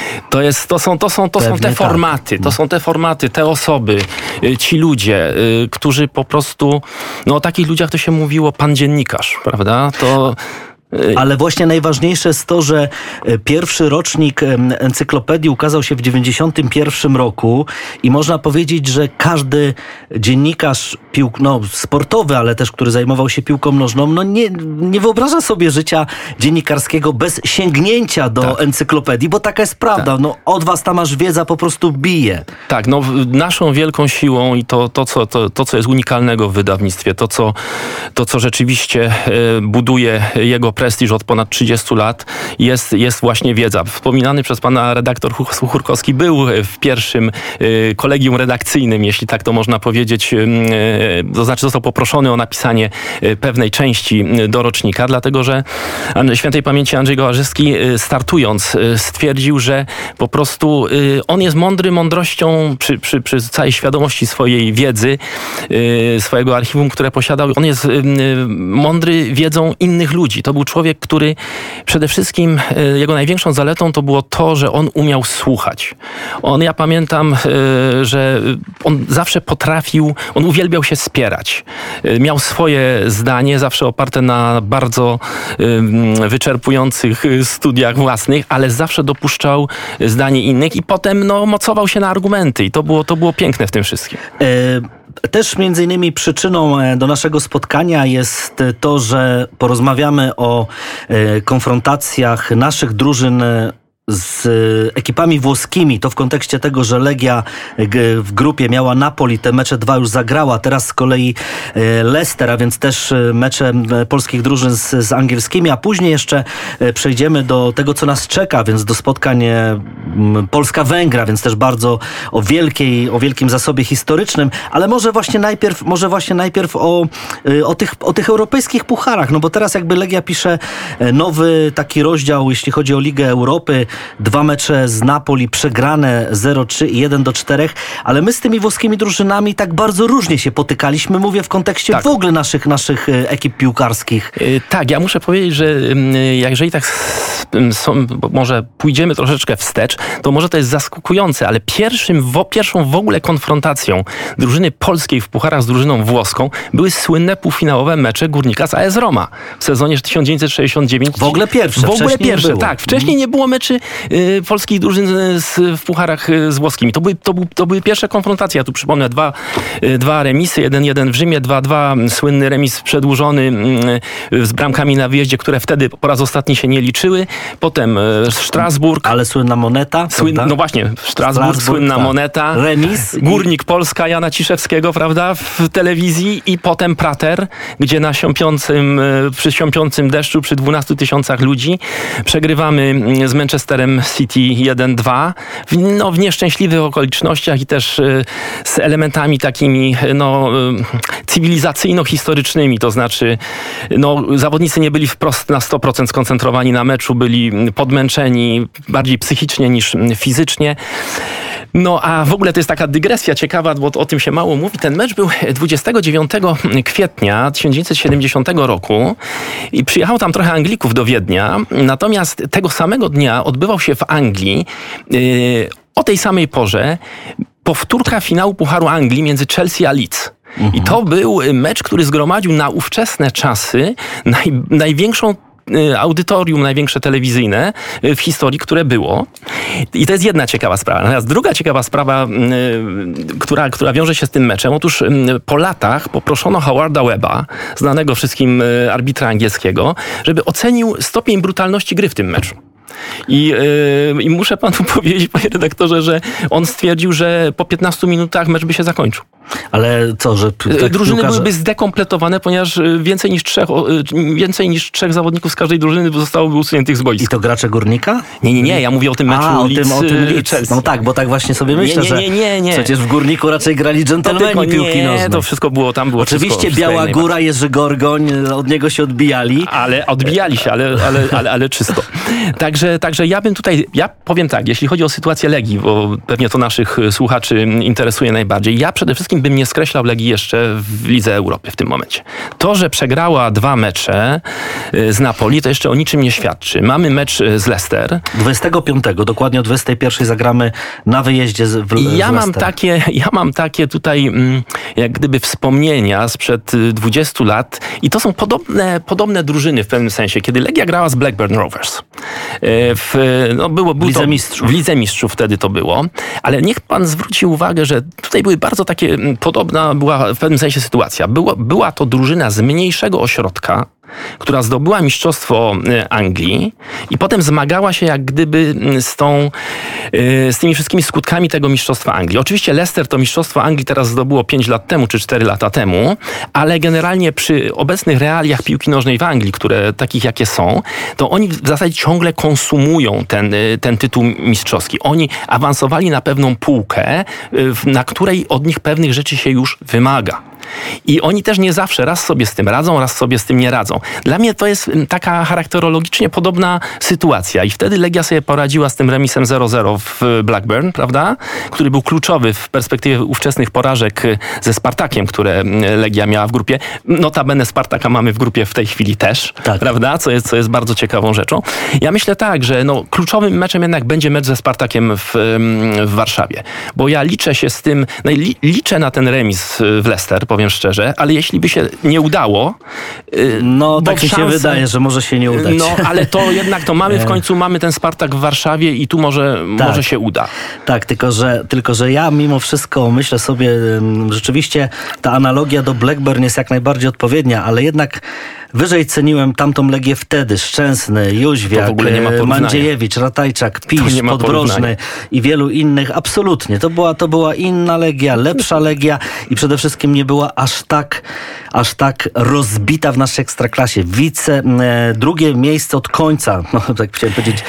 Speaker 3: To są te formaty, to są te formaty, te osoby, ci ludzie, którzy po prostu, o takich ludziach to się mówiło pan dziennikarz, prawda?
Speaker 2: Ale właśnie najważniejsze jest to, że pierwszy rocznik encyklopedii ukazał się w 1991 roku i można powiedzieć, że każdy dziennikarz sportowy, ale też który zajmował się piłką nożną, nie wyobraża sobie życia dziennikarskiego bez sięgnięcia do encyklopedii, bo taka jest prawda. Tak. Od was tam aż wiedza po prostu bije.
Speaker 3: Tak, naszą wielką siłą i to co jest unikalnego w wydawnictwie, to co rzeczywiście buduje jego prestiż od ponad 30 lat, jest właśnie wiedza. Wspominany przez pana redaktor Chórkowski był w pierwszym kolegium redakcyjnym, jeśli tak to można powiedzieć, to znaczy został poproszony o napisanie pewnej części do rocznika, dlatego że świętej pamięci Andrzej Gowarzewski startując stwierdził, że po prostu on jest mądry mądrością przy całej świadomości swojej wiedzy, swojego archiwum, które posiadał. On jest mądry wiedzą innych ludzi. To był człowiek, który przede wszystkim jego największą zaletą to było to, że on umiał słuchać. Ja pamiętam, że on zawsze on uwielbiał się spierać. Miał swoje zdanie, zawsze oparte na bardzo wyczerpujących studiach własnych, ale zawsze dopuszczał zdanie innych i potem mocował się na argumenty i to było piękne w tym wszystkim.
Speaker 2: Też między innymi przyczyną do naszego spotkania jest to, że porozmawiamy o konfrontacjach naszych drużyn z ekipami włoskimi, to w kontekście tego, że Legia w grupie miała Napoli, te mecze 2 już zagrała, teraz z kolei Leicester, a więc też mecze polskich drużyn z angielskimi, a później jeszcze przejdziemy do tego, co nas czeka, więc do spotkań Polska-Węgra, więc też bardzo o wielkim zasobie historycznym, ale może właśnie najpierw o tych europejskich pucharach, no bo teraz jakby Legia pisze nowy taki rozdział, jeśli chodzi o Ligę Europy. 2 mecze z Napoli przegrane 0-3 i 1-4, ale my z tymi włoskimi drużynami tak bardzo różnie się potykaliśmy, mówię w kontekście w ogóle naszych ekip piłkarskich.
Speaker 3: Tak, ja muszę powiedzieć, że jeżeli tak może pójdziemy troszeczkę wstecz, to może to jest zaskakujące, ale pierwszą w ogóle konfrontacją drużyny polskiej w pucharach z drużyną włoską były słynne półfinałowe mecze Górnika z AS Roma w sezonie 1969.
Speaker 2: W ogóle pierwsze,
Speaker 3: tak. Wcześniej nie było meczy polskich drużyn w pucharach z włoskimi. To były pierwsze konfrontacje. Ja tu przypomnę dwa remisy, 1-1 w Rzymie, 2-2, słynny remis przedłużony z bramkami na wyjeździe, które wtedy po raz ostatni się nie liczyły. Potem Strasburg.
Speaker 2: Ale słynna moneta.
Speaker 3: No właśnie, Strasburg, słynna moneta.
Speaker 2: Remis.
Speaker 3: Górnik Polska Jana Ciszewskiego, prawda, w telewizji i potem Prater, gdzie przy siąpiącym deszczu, przy 12 000 ludzi przegrywamy z Manchesterem City 1-2 w nieszczęśliwych okolicznościach i też z elementami takimi cywilizacyjno-historycznymi, to znaczy zawodnicy nie byli wprost na 100% skoncentrowani na meczu, byli podmęczeni bardziej psychicznie niż fizycznie. No a w ogóle to jest taka dygresja ciekawa, bo o tym się mało mówi. Ten mecz był 29 kwietnia 1970 roku i przyjechało tam trochę Anglików do Wiednia. Natomiast tego samego dnia odbywał się w Anglii o tej samej porze powtórka finału Pucharu Anglii między Chelsea a Leeds. I to był mecz, który zgromadził na ówczesne czasy największą audytorium, największe telewizyjne w historii, które było. I to jest jedna ciekawa sprawa. Natomiast druga ciekawa sprawa, która wiąże się z tym meczem. Otóż po latach poproszono Howarda Webba, znanego wszystkim arbitra angielskiego, żeby ocenił stopień brutalności gry w tym meczu. I muszę panu powiedzieć, panie redaktorze, że on stwierdził, że po 15 minutach mecz by się zakończył.
Speaker 2: Ale co, że...
Speaker 3: Drużyny byłyby zdekompletowane, ponieważ więcej niż 3 zawodników z każdej drużyny zostałoby usuniętych z boiska.
Speaker 2: I to gracze Górnika?
Speaker 3: Nie, ja mówię o tym meczu
Speaker 2: o tym Leeds. No tak, bo tak właśnie sobie myślę, że przecież w Górniku raczej grali dżentelmeni piłki nożnej.
Speaker 3: To wszystko było tam.
Speaker 2: Oczywiście Biała Góra, Jerzy Gorgoń, od niego się odbijali.
Speaker 3: Ale odbijali się, ale czysto. Także ja powiem tak, jeśli chodzi o sytuację Legii, bo pewnie to naszych słuchaczy interesuje najbardziej. Ja przede wszystkim bym nie skreślał Legii jeszcze w Lidze Europy w tym momencie. To, że przegrała 2 mecze z Napoli, to jeszcze o niczym nie świadczy. Mamy mecz z Leicester.
Speaker 2: 25, dokładnie o 21 zagramy na wyjeździe z Leicester.
Speaker 3: Ja mam takie tutaj jak gdyby wspomnienia sprzed 20 lat i to są podobne drużyny w pewnym sensie. Kiedy Legia grała z Blackburn Rovers. W Lidze Mistrzów wtedy to było. Ale niech pan zwróci uwagę, że tutaj były bardzo takie podobna była w pewnym sensie sytuacja. Była to drużyna z mniejszego ośrodka, która zdobyła mistrzostwo Anglii i potem zmagała się jak gdyby z tymi wszystkimi skutkami tego mistrzostwa Anglii. Oczywiście Leicester to mistrzostwo Anglii teraz zdobyło 5 lat temu czy 4 lata temu, ale generalnie przy obecnych realiach piłki nożnej w Anglii, które takich jakie są, to oni w zasadzie ciągle konsumują ten tytuł mistrzowski. Oni awansowali na pewną półkę, na której od nich pewnych rzeczy się już wymaga. I oni też nie zawsze raz sobie z tym radzą, raz sobie z tym nie radzą. Dla mnie to jest taka charakterologicznie podobna sytuacja. I wtedy Legia sobie poradziła z tym remisem 0-0 w Blackburn, prawda? Który był kluczowy w perspektywie ówczesnych porażek ze Spartakiem, które Legia miała w grupie. Notabene Spartaka mamy w grupie w tej chwili też, tak. Prawda? Co jest bardzo ciekawą rzeczą. Ja myślę tak, że kluczowym meczem jednak będzie mecz ze Spartakiem w Warszawie. Bo ja liczę się z tym, liczę na ten remis w Leicester, powiem szczerze, ale jeśli by się nie udało...
Speaker 2: tak mi się wydaje, że może się nie udać.
Speaker 3: Ale to jednak mamy w końcu, mamy ten Spartak w Warszawie i tu może się uda.
Speaker 2: Tak, tylko że ja mimo wszystko myślę sobie, rzeczywiście ta analogia do Blackburn jest jak najbardziej odpowiednia, ale jednak wyżej ceniłem tamtą Legię wtedy. Szczęsny, Jóźwiak, Mandziejewicz, Ratajczak, Pisz, Podbrożny i wielu innych. Absolutnie. To była inna Legia, lepsza Legia i przede wszystkim nie była aż tak rozbita w naszej ekstraklasie. Drugie miejsce od końca, tak chciałem powiedzieć,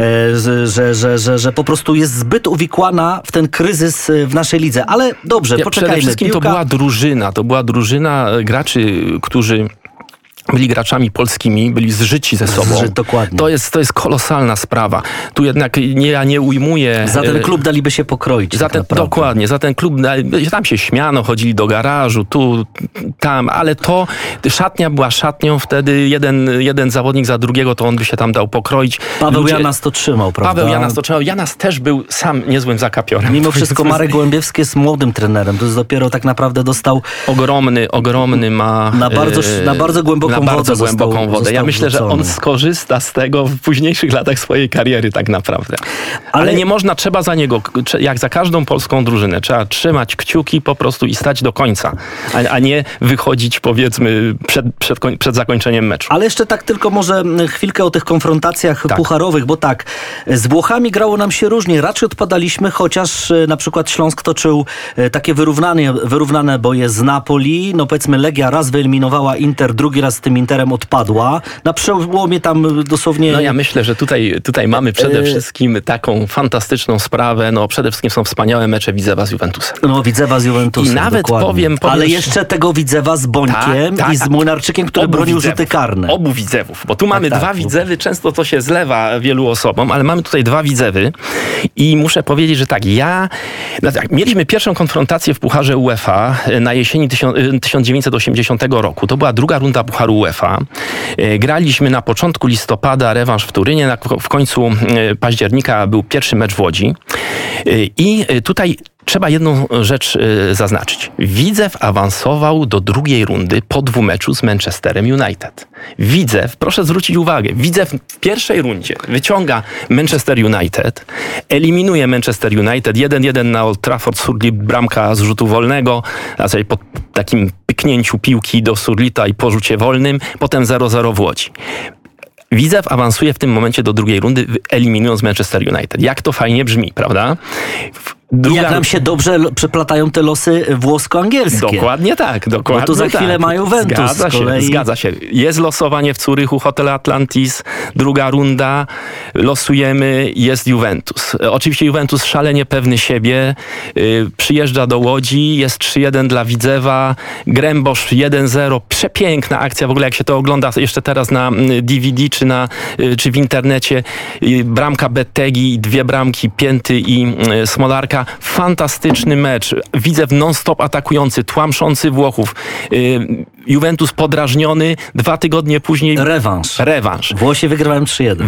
Speaker 2: że po prostu jest zbyt uwikłana w ten kryzys w naszej lidze. Ale dobrze, poczekajmy.
Speaker 3: Przede wszystkim to była drużyna graczy, którzy byli graczami polskimi, byli zżyci ze sobą.
Speaker 2: Dokładnie.
Speaker 3: To jest kolosalna sprawa. Tu jednak ja nie ujmuję...
Speaker 2: Za ten klub daliby się pokroić.
Speaker 3: Dokładnie. Za ten klub tam się śmiano, chodzili do garażu, tu, tam, ale szatnia była szatnią, wtedy jeden zawodnik za drugiego, to on by się tam dał pokroić.
Speaker 2: Paweł Janas to trzymał, prawda?
Speaker 3: Paweł Janas to trzymał. Janas też był sam niezłym zakapiorem.
Speaker 2: Mimo wszystko Marek Gołębiewski jest młodym trenerem. To jest dopiero tak naprawdę dostał...
Speaker 3: Ogromny ma...
Speaker 2: Na bardzo głęboką wodę.
Speaker 3: Ja myślę, że on skorzysta z tego w późniejszych latach swojej kariery tak naprawdę. Ale nie można, trzeba za niego, jak za każdą polską drużynę, trzeba trzymać kciuki po prostu i stać do końca, a nie wychodzić powiedzmy przed zakończeniem meczu.
Speaker 2: Ale jeszcze tak tylko może chwilkę o tych konfrontacjach pucharowych, bo z Włochami grało nam się różnie. Raczej odpadaliśmy, chociaż na przykład Śląsk toczył takie wyrównane boje z Napoli. No powiedzmy Legia raz wyeliminowała Inter, drugi raz z tym Interem odpadła. Na przełomie tam dosłownie...
Speaker 3: No ja myślę, że tutaj mamy przede wszystkim taką fantastyczną sprawę. No przede wszystkim są wspaniałe mecze Widzewa z Juventusem.
Speaker 2: No Widzewa z Juventusem,
Speaker 3: i nawet powiem,
Speaker 2: ale jeszcze tego Widzewa z Bońkiem i z Młynarczykiem, który bronił rzuty karne.
Speaker 3: Obu Widzewów, bo tu mamy dwa Widzewy, często to się zlewa wielu osobom, ale mamy tutaj dwa Widzewy i muszę powiedzieć, że mieliśmy pierwszą konfrontację w Pucharze UEFA na jesieni 1980 roku. To była druga runda Pucharu UEFA. Graliśmy na początku listopada rewanż w Turynie, w końcu października był pierwszy mecz w Łodzi. I tutaj trzeba jedną rzecz zaznaczyć. Widzew awansował do drugiej rundy po dwumeczu z Manchesterem United. Widzew, proszę zwrócić uwagę, Widzew w pierwszej rundzie wyciąga Manchester United, eliminuje Manchester United, 1-1 na Old Trafford, Surli bramka z rzutu wolnego, znaczy po takim pyknięciu piłki do Surlita i po rzucie wolnym, potem 0-0 w Łodzi. Widzew awansuje w tym momencie do drugiej rundy, eliminując Manchester United. Jak to fajnie brzmi, prawda?
Speaker 2: Jak nam się dobrze przeplatają te losy włosko-angielskie.
Speaker 3: Dokładnie tak.
Speaker 2: Bo tu za chwilę ma Juventus
Speaker 3: Zgadza się. Jest losowanie w Zurychu, Hotel Atlantis, druga runda, losujemy, jest Juventus. Oczywiście Juventus szalenie pewny siebie, przyjeżdża do Łodzi, jest 3-1 dla Widzewa, Grębosz 1-0, przepiękna akcja, w ogóle jak się to ogląda jeszcze teraz na DVD czy w internecie, bramka Bettegi, dwie bramki Pięty i Smolarka. Fantastyczny mecz. Widzew non-stop atakujący, tłamszący Włochów. Juventus podrażniony. 2 tygodnie później... Rewanż.
Speaker 2: Włosi wygrywają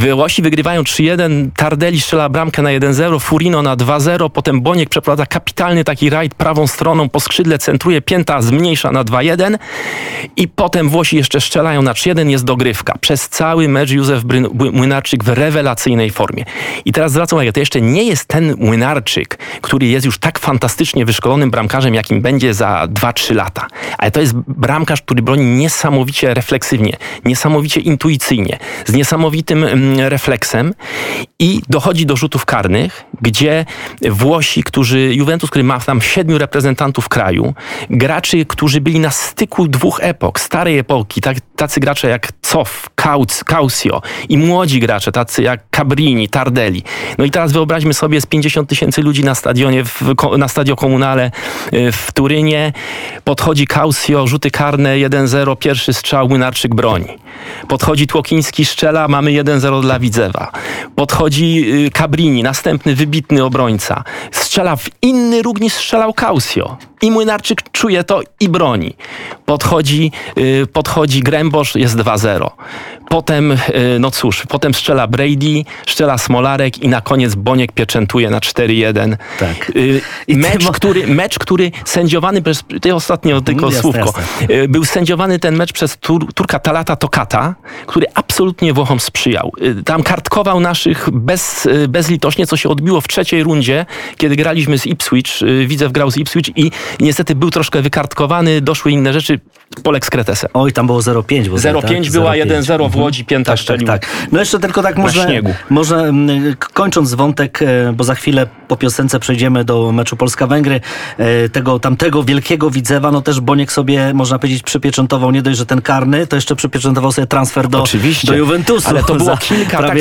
Speaker 2: 3-1.
Speaker 3: Tardelli strzela bramkę na 1-0, Furino na 2-0, potem Boniek przeprowadza kapitalny taki rajd prawą stroną, po skrzydle centruje, Pięta zmniejsza na 2-1 i potem Włosi jeszcze strzelają na 3-1, jest dogrywka. Przez cały mecz Józef Młynarczyk w rewelacyjnej formie. I teraz zwracam uwagę, to jeszcze nie jest ten Młynarczyk, który jest już tak fantastycznie wyszkolonym bramkarzem, jakim będzie za 2-3 lata. Ale to jest bramkarz, który broni niesamowicie refleksywnie, niesamowicie intuicyjnie, z niesamowitym refleksem i dochodzi do rzutów karnych, gdzie Włosi, Juventus, który ma tam 7 reprezentantów kraju, graczy, którzy byli na styku dwóch epok, starej epoki, tacy gracze jak Cof, Causio i młodzi gracze, tacy jak Cabrini, Tardelli. No i teraz wyobraźmy sobie z 50 000 ludzi na stadionie, na Stadio Comunale w Turynie. Podchodzi Causio, rzuty karne 1-0, pierwszy strzał, Młynarczyk broni. Podchodzi Tłokiński, strzela, mamy 1-0 dla Widzewa. Podchodzi Cabrini, następny wybitny obrońca. Strzela w inny róg niż strzelał Causio. I Młynarczyk czuje to i broni. Podchodzi Grębosz, jest 2-0. Potem, no cóż, potem strzela Brady, strzela Smolarek i na koniec Boniek pieczętuje na 4-1.
Speaker 2: Tak.
Speaker 3: Mecz, który sędziowany przez... Ostatnio tylko słówko. Był sędziowany ten mecz przez Turka Talata Tokata, który absolutnie Włochom sprzyjał. Tam kartkował naszych bezlitośnie, co się odbiło w trzeciej rundzie, kiedy graliśmy z Ipswich. Widzew grał z Ipswich i niestety był troszkę wykartkowany, doszły inne rzeczy. Polek z Kretesem.
Speaker 2: Oj, tam było 0,5.
Speaker 3: 0,5 była 1-0 w Łodzi, Pięta szczelił.
Speaker 2: Tak. No jeszcze tylko tak może kończąc wątek, bo za chwilę po piosence przejdziemy do meczu Polska-Węgry, tamtego wielkiego Widzewa, no też Boniek sobie, można powiedzieć, przypieczętował nie dość, że ten karny, to jeszcze przypieczętował sobie transfer do Juventusu.
Speaker 3: Ale to było kilka, tak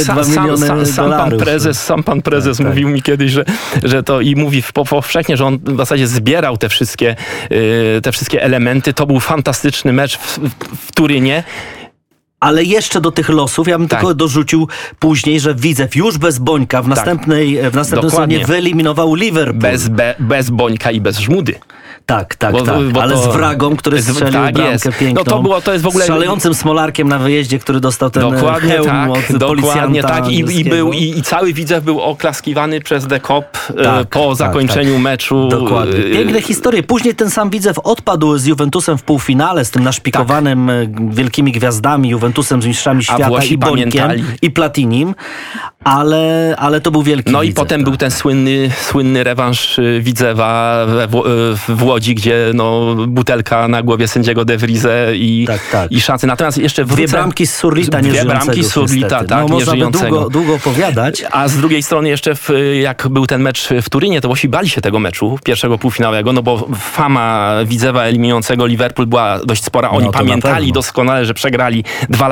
Speaker 3: sam pan prezes mówił mi kiedyś, że to i mówi powszechnie, że on w zasadzie zbierał te wszystkie elementy. To był fantastyczny mecz w Turynie.
Speaker 2: Ale jeszcze do tych losów, ja bym tylko dorzucił później, że Widzew już bez Bońka w następnym sezonie wyeliminował Liverpool.
Speaker 3: Bez Bońka i bez Żmudy.
Speaker 2: Tak. Ale z Wragą, który strzelił bramkę piękną.
Speaker 3: No to jest w ogóle...
Speaker 2: Szalejącym Smolarkiem na wyjeździe, który dostał ten hełm od policjanta
Speaker 3: I cały Widzew był oklaskiwany przez Dekop po zakończeniu meczu.
Speaker 2: Dokładnie. Piękne historie. Później ten sam Widzew odpadł z Juventusem w półfinale, z tym naszpikowanym wielkimi gwiazdami Juventusem, z mistrzami świata i Bońkiem i Platinim, ale to był wielki Widzew.
Speaker 3: I potem był ten słynny rewanż Widzewa w Łodzi, gdzie butelka na głowie sędziego De Vriese i szansy. Natomiast jeszcze wrócę...
Speaker 2: Dwie bramki z Surlita nieżyjącego.
Speaker 3: Dwie bramki z Surlita,
Speaker 2: można by długo opowiadać.
Speaker 3: A z drugiej strony jeszcze jak był ten mecz w Turynie, to Włosi bali się tego meczu, pierwszego półfinałowego, bo fama Widzewa eliminującego Liverpool była dość spora. Oni pamiętali doskonale, że przegrali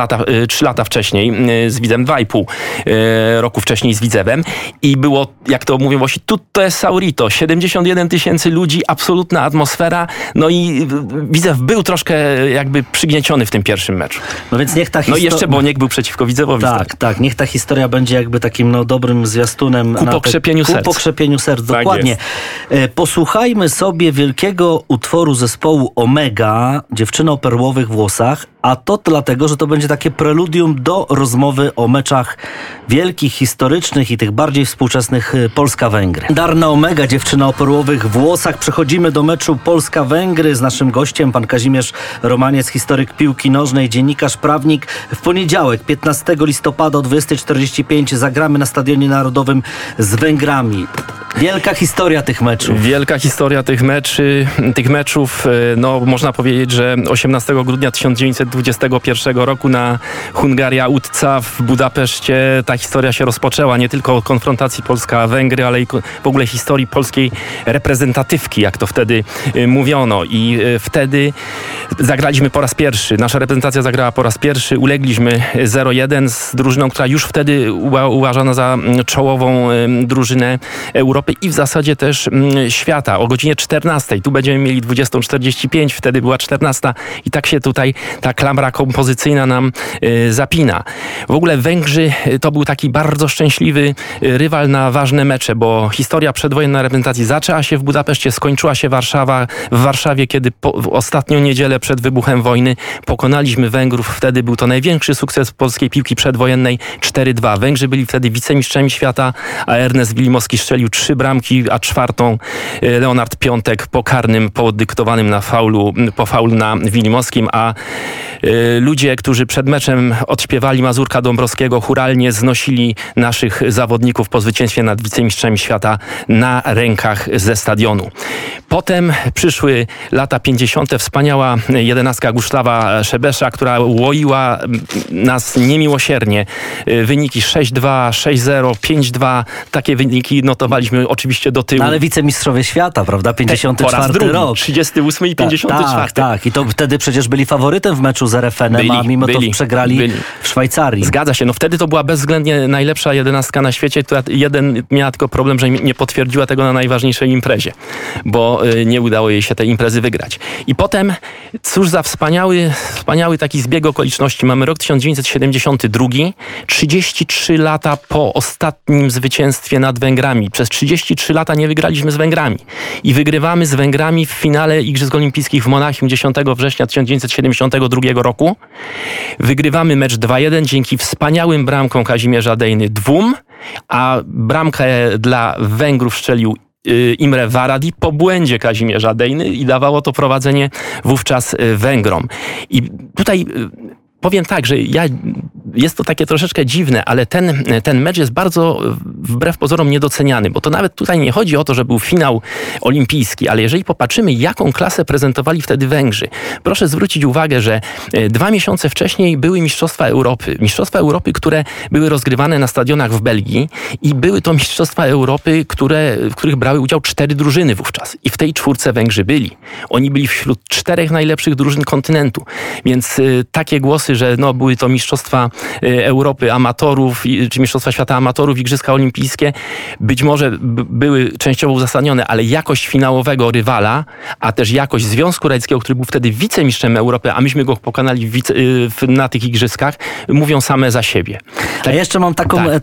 Speaker 3: 3 lata wcześniej z Widzem, 2,5 roku wcześniej z Widzewem i było, jak to mówią Włosi, tutto è saurito, 71 000 ludzi, absolutna atmosfera, i Widzew był troszkę jakby przygnieciony w tym pierwszym meczu.
Speaker 2: No więc niech ta
Speaker 3: i jeszcze Boniek był przeciwko Widzewowi.
Speaker 2: Tak, niech ta historia będzie jakby takim dobrym zwiastunem
Speaker 3: ku pokrzepieniu serc.
Speaker 2: Dokładnie. Posłuchajmy sobie wielkiego utworu zespołu Omega, Dziewczyna o perłowych włosach, a to dlatego, że to będzie takie preludium do rozmowy o meczach wielkich, historycznych i tych bardziej współczesnych Polska-Węgry. Darna Omega, Dziewczyna o perłowych włosach. Przechodzimy do meczu Polska-Węgry z naszym gościem, pan Kazimierz Romaniec, historyk piłki nożnej, dziennikarz, prawnik. W poniedziałek, 15 listopada o 20:45 zagramy na Stadionie Narodowym z Węgrami. Wielka historia tych meczów.
Speaker 3: Wielka historia tych meczów. Można powiedzieć, że 18 grudnia 1921 roku na Hungaria Utca w Budapeszcie ta historia się rozpoczęła. Nie tylko od konfrontacji Polska-Węgry, ale i w ogóle historii polskiej reprezentatywki, jak to wtedy mówiono. I wtedy zagraliśmy po raz pierwszy. Nasza reprezentacja zagrała po raz pierwszy. Ulegliśmy 0-1 z drużyną, która już wtedy była uważana za czołową drużynę Europy i w zasadzie też świata. O godzinie 14. Tu będziemy mieli 20:45, wtedy była 14. I tak się tutaj ta klamra kompozycyjna nam zapina. W ogóle Węgrzy to był taki bardzo szczęśliwy rywal na ważne mecze, bo historia przedwojenna reprezentacji zaczęła się w Budapeszcie, skończyła się w Warszawie, kiedy w ostatnią niedzielę przed wybuchem wojny pokonaliśmy Węgrów. Wtedy był to największy sukces polskiej piłki przedwojennej, 4-2. Węgrzy byli wtedy wicemistrzami świata, a Ernest Wilimowski strzelił 3 bramki, a 4. Leonard Piątek po karnym podyktowanym po faulu na Wilimowskim, a ludzie, którzy przed meczem odśpiewali Mazurka Dąbrowskiego, chóralnie znosili naszych zawodników po zwycięstwie nad wicemistrzami świata na rękach ze stadionu. Potem przyszły lata 50. Wspaniała 11 Gusztawa Szebesza, która łoiła nas niemiłosiernie. Wyniki 6-2, 6-0, 5-2. Takie wyniki notowaliśmy oczywiście do tyłu.
Speaker 2: Ale wicemistrzowie świata, prawda? 54 rok.
Speaker 3: 38 i 54.
Speaker 2: Tak. I to wtedy przecież byli faworytem w meczu z RFN-em, a mimo to przegrali w Szwajcarii.
Speaker 3: Zgadza się. Wtedy to była bezwzględnie najlepsza 11 na świecie, która miała tylko problem, że nie potwierdziła tego na najważniejszej imprezie, bo nie udało jej się tej imprezy wygrać. I potem, cóż za wspaniały taki zbieg okoliczności. Mamy rok 1972, 33 lata po ostatnim zwycięstwie nad Węgrami. Przez 33 lata nie wygraliśmy z Węgrami. I wygrywamy z Węgrami w finale Igrzysk Olimpijskich w Monachium 10 września 1972 roku. Wygrywamy mecz 2-1 dzięki wspaniałym bramkom Kazimierza Dejny 2, a bramkę dla Węgrów strzelił Imre Varadi po błędzie Kazimierza Dejny i dawało to prowadzenie wówczas Węgrom. I tutaj powiem tak, że jest to takie troszeczkę dziwne, ale ten mecz jest bardzo wbrew pozorom niedoceniany, bo to nawet tutaj nie chodzi o to, że był finał olimpijski, ale jeżeli popatrzymy, jaką klasę prezentowali wtedy Węgrzy. Proszę zwrócić uwagę, że 2 miesiące wcześniej były Mistrzostwa Europy. Mistrzostwa Europy, które były rozgrywane na stadionach w Belgii i były to Mistrzostwa Europy, w których brały udział 4 drużyny wówczas. I w tej 4 Węgrzy byli. Oni byli wśród 4 najlepszych drużyn kontynentu. Więc takie głosy, że były to Mistrzostwa Europy amatorów, czy Mistrzostwa Świata amatorów, Igrzyska Olimpijskie, być może były częściowo uzasadnione, ale jakość finałowego rywala, a też jakość Związku Radzieckiego, który był wtedy wicemistrzem Europy, a myśmy go pokonali na tych Igrzyskach, mówią same za siebie.
Speaker 2: A jeszcze mam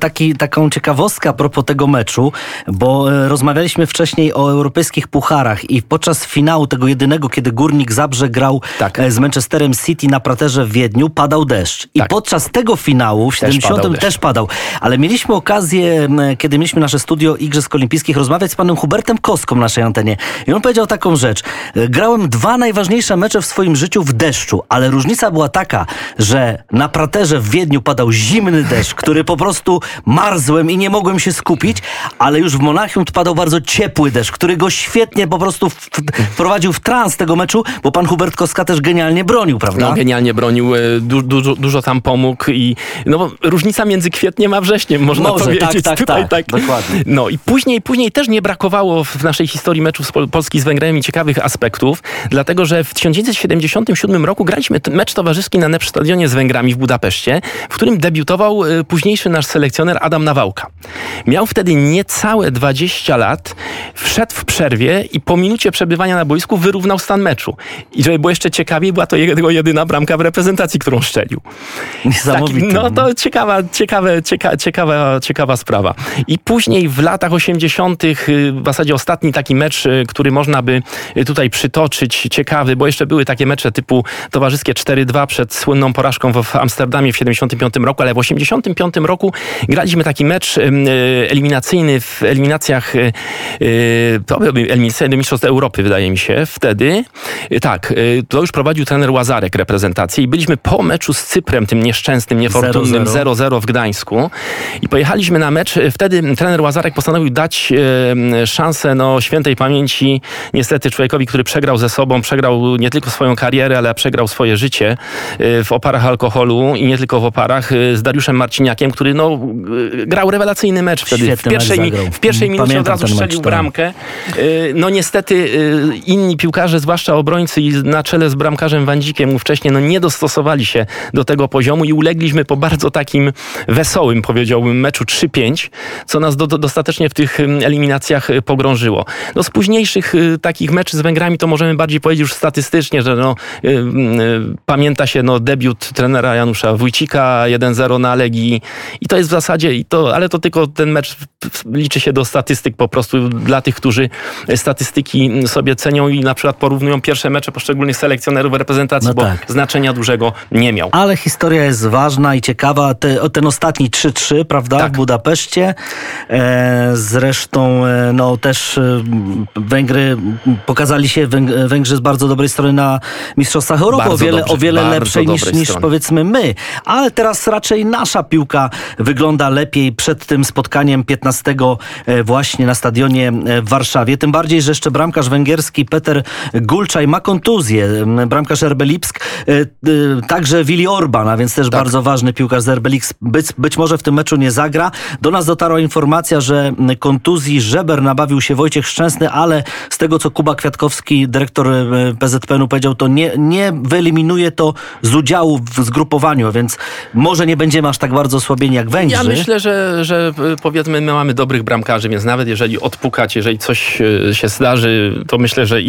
Speaker 2: taką ciekawostkę a propos tego meczu, bo rozmawialiśmy wcześniej o europejskich pucharach i podczas finału tego jedynego, kiedy Górnik Zabrze grał z Manchesterem City na Praterze w Wiedniu, padał deszcz. I podczas tego finału w 70 też padał. Ale mieliśmy okazję, kiedy mieliśmy nasze studio Igrzysk Olimpijskich, rozmawiać z panem Hubertem Kostką na naszej antenie. I on powiedział taką rzecz. Grałem 2 najważniejsze mecze w swoim życiu w deszczu, ale różnica była taka, że na Praterze w Wiedniu padał zimny deszcz, który po prostu marzłem i nie mogłem się skupić, ale już w Monachium padał bardzo ciepły deszcz, który go świetnie po prostu wprowadził w trans tego meczu, bo pan Hubert Kostka też genialnie bronił, prawda?
Speaker 3: Genialnie bronił, dużo tam pomógł i różnica między kwietniem a wrześniem, można powiedzieć.
Speaker 2: Tak, dokładnie.
Speaker 3: I później też nie brakowało w naszej historii meczów Polski z Węgrami ciekawych aspektów, dlatego że w 1977 roku graliśmy mecz towarzyski na Nepsz stadionie z Węgrami w Budapeszcie, w którym debiutował późniejszy nasz selekcjoner Adam Nawałka. Miał wtedy niecałe 20 lat, wszedł w przerwie i po minucie przebywania na boisku wyrównał stan meczu. I żeby było jeszcze ciekawiej, była to jego jedyna bramka w reprezentacji, którą strzelił.
Speaker 2: Niesamowite.
Speaker 3: To ciekawa sprawa. I później w latach 80. w zasadzie ostatni taki mecz, który można by tutaj przytoczyć, ciekawy, bo jeszcze były takie mecze typu towarzyskie 4-2 przed słynną porażką w Amsterdamie w 75 roku, ale w 85 roku graliśmy taki mecz eliminacyjny w eliminacjach eliminacyjne do Mistrzostw Europy, wydaje mi się, wtedy. To już prowadził trener Łazarek reprezentację i byliśmy po meczu z Cyprem, tym nieszczęsnym, niefortunnym 0-0 w Gdańsku i pojechaliśmy na mecz. Wtedy trener Łazarek postanowił dać szansę świętej pamięci niestety człowiekowi, który przegrał ze sobą, przegrał nie tylko swoją karierę, ale przegrał swoje życie w oparach alkoholu i nie tylko w oparach, z Dariuszem Marciniakiem, który grał rewelacyjny mecz wtedy. W pierwszej minucie od razu strzelił bramkę. Niestety inni piłkarze, zwłaszcza obrońcy i na czele z bramkarzem Wandzikiem wcześniej nie dostosowali się do tego poziomu i ulegliśmy po bardzo takim wesołym, powiedziałbym, meczu 3-5, co nas dostatecznie w tych eliminacjach pogrążyło. Z późniejszych takich meczy z Węgrami to możemy bardziej powiedzieć już statystycznie, że pamięta się debiut trenera Janusza Wójcika 1-0 na Legii i to jest w zasadzie, ale to tylko ten mecz liczy się do statystyk po prostu dla tych, którzy statystyki sobie cenią i na przykład porównują pierwsze mecze poszczególnych selekcjonerów reprezentacji, bo znaczenia dużego nie miał.
Speaker 2: Ale historia jest ważna i ciekawa. Ten ostatni 3-3, prawda, w Budapeszcie. Zresztą też Węgry pokazali się Węgrzy z bardzo dobrej strony na Mistrzostwach Europy. O wiele lepszej niż powiedzmy my. Ale teraz raczej nasza piłka wygląda lepiej przed tym spotkaniem 15 właśnie na stadionie w Warszawie. Tym bardziej, że jeszcze bramkarz węgierski Peter Gulczaj ma kontuzję. Bramkarz RB Lipsk, także Willi Orban, a więc też bardzo ważny piłkarz z RB Lipsk. Być może w tym meczu nie zagra. Do nas dotarła informacja, że kontuzji żeber nabawił się Wojciech Szczęsny, ale z tego, co Kuba Kwiatkowski, dyrektor PZPN-u powiedział, to nie wyeliminuje to z udziału w zgrupowaniu, więc może nie będziemy aż tak bardzo osłabieni jak Węgrzy.
Speaker 3: Ja myślę, że powiedzmy, my mamy dobrych bramkarzy, więc nawet jeżeli odpukać, jeżeli coś się zdarzy, to myślę, że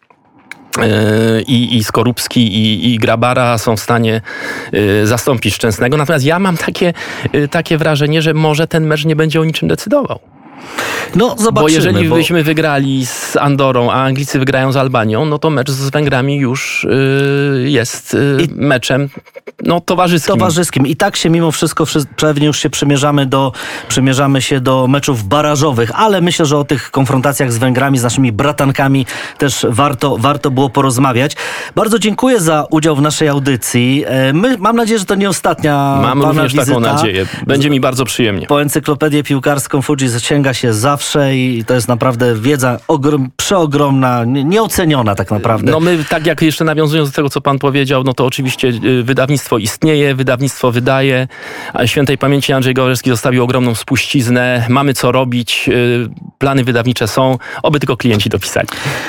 Speaker 3: i Skorupski i Grabara są w stanie zastąpić Szczęsnego. Natomiast ja mam takie wrażenie, że może ten mecz nie będzie o niczym decydował.
Speaker 2: No zobaczymy.
Speaker 3: Bo jeżeli byśmy wygrali z Andorą, a Anglicy wygrają z Albanią, no to mecz z Węgrami już jest meczem towarzyskim. I tak się mimo wszystko pewnie już się przymierzamy się do meczów barażowych, ale myślę, że o tych konfrontacjach z Węgrami, z naszymi bratankami też warto było porozmawiać. Bardzo dziękuję za udział w naszej audycji. Mam nadzieję, że to nie ostatnia Mam również taką nadzieję. Będzie mi bardzo przyjemnie.
Speaker 2: Po encyklopedię piłkarską Fuji sięga się zawsze i to jest naprawdę wiedza przeogromna, nieoceniona tak naprawdę.
Speaker 3: No my, tak jak jeszcze nawiązując do tego, co pan powiedział, no to oczywiście wydawnictwo istnieje, wydawnictwo wydaje, a świętej pamięci Andrzej Gawrowski zostawił ogromną spuściznę. Mamy co robić, plany wydawnicze są, oby tylko klienci dopisali.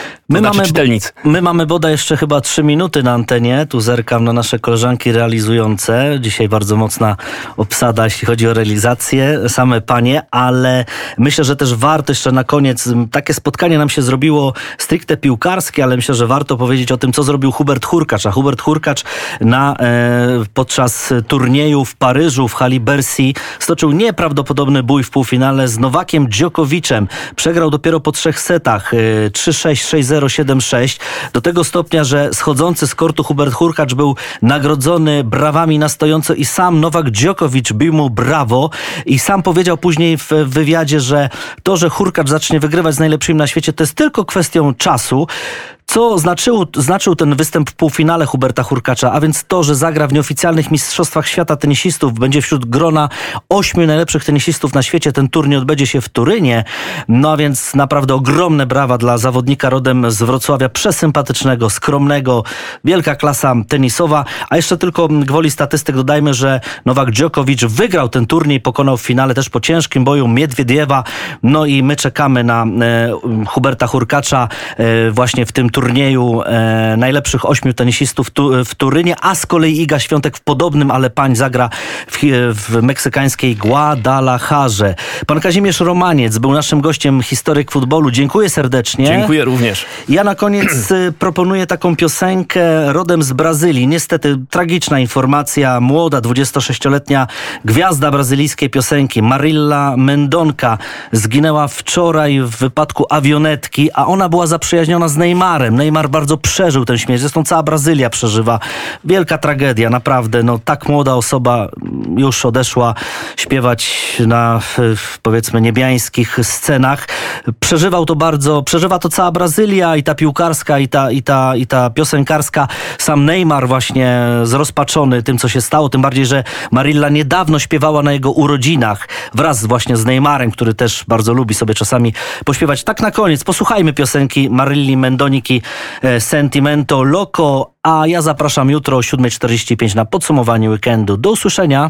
Speaker 3: My mamy bodaj jeszcze chyba 3 minuty na antenie. Tu zerkam na nasze koleżanki realizujące. Dzisiaj bardzo mocna obsada, jeśli chodzi o realizację. Same panie, ale myślę, że też warto jeszcze na koniec. Takie spotkanie nam się zrobiło stricte piłkarskie, ale myślę, że warto powiedzieć o tym, co zrobił Hubert Hurkacz. A Hubert Hurkacz podczas turnieju w Paryżu w hali Bercy stoczył nieprawdopodobny bój w półfinale z Nowakiem Djokoviczem. Przegrał dopiero po 3 setach. 3-6, 6-0, 7-6. Do tego stopnia, że schodzący z kortu Hubert Hurkacz był nagrodzony brawami na stojąco i sam Nowak Djokovic bił mu brawo i sam powiedział później w wywiadzie, że to, że Hurkacz zacznie wygrywać z najlepszymi na świecie, to jest tylko kwestią czasu. Co znaczył ten występ w półfinale Huberta Hurkacza, a więc to, że zagra w nieoficjalnych mistrzostwach świata tenisistów, będzie wśród grona 8 najlepszych tenisistów na świecie. Ten turniej odbędzie się w Turynie. No a więc naprawdę ogromne brawa dla zawodnika rodem z Wrocławia, przesympatycznego, skromnego, wielka klasa tenisowa. A jeszcze tylko gwoli statystyk dodajmy, że Nowak Djokovic wygrał ten turniej, pokonał w finale też po ciężkim boju Miedwiediewa. No i my czekamy na Huberta Hurkacza właśnie w tym turnieju najlepszych 8 tenisistów w Turynie, a z kolei Iga Świątek w podobnym, ale pań zagra w meksykańskiej Guadalajarze. Pan Kazimierz Romaniec był naszym gościem, historyk futbolu. Dziękuję serdecznie. Dziękuję również.
Speaker 2: Ja na koniec proponuję taką piosenkę rodem z Brazylii. Niestety tragiczna informacja. Młoda, 26-letnia gwiazda brazylijskiej piosenki Marília Mendonça zginęła wczoraj w wypadku awionetki, a ona była zaprzyjaźniona z Neymarem. Neymar bardzo przeżył ten śmierć. Zresztą cała Brazylia przeżywa. Wielka tragedia, naprawdę. No, tak młoda osoba już odeszła śpiewać na, powiedzmy, niebiańskich scenach. Przeżywa to cała Brazylia, i ta piłkarska, i ta piosenkarska. Sam Neymar właśnie zrozpaczony tym, co się stało. Tym bardziej, że Marília niedawno śpiewała na jego urodzinach wraz właśnie z Neymarem, który też bardzo lubi sobie czasami pośpiewać. Tak na koniec posłuchajmy piosenki Maríli Mendoniki Sentimento Loco, a ja zapraszam jutro o 7:45 na podsumowanie weekendu. Do usłyszenia.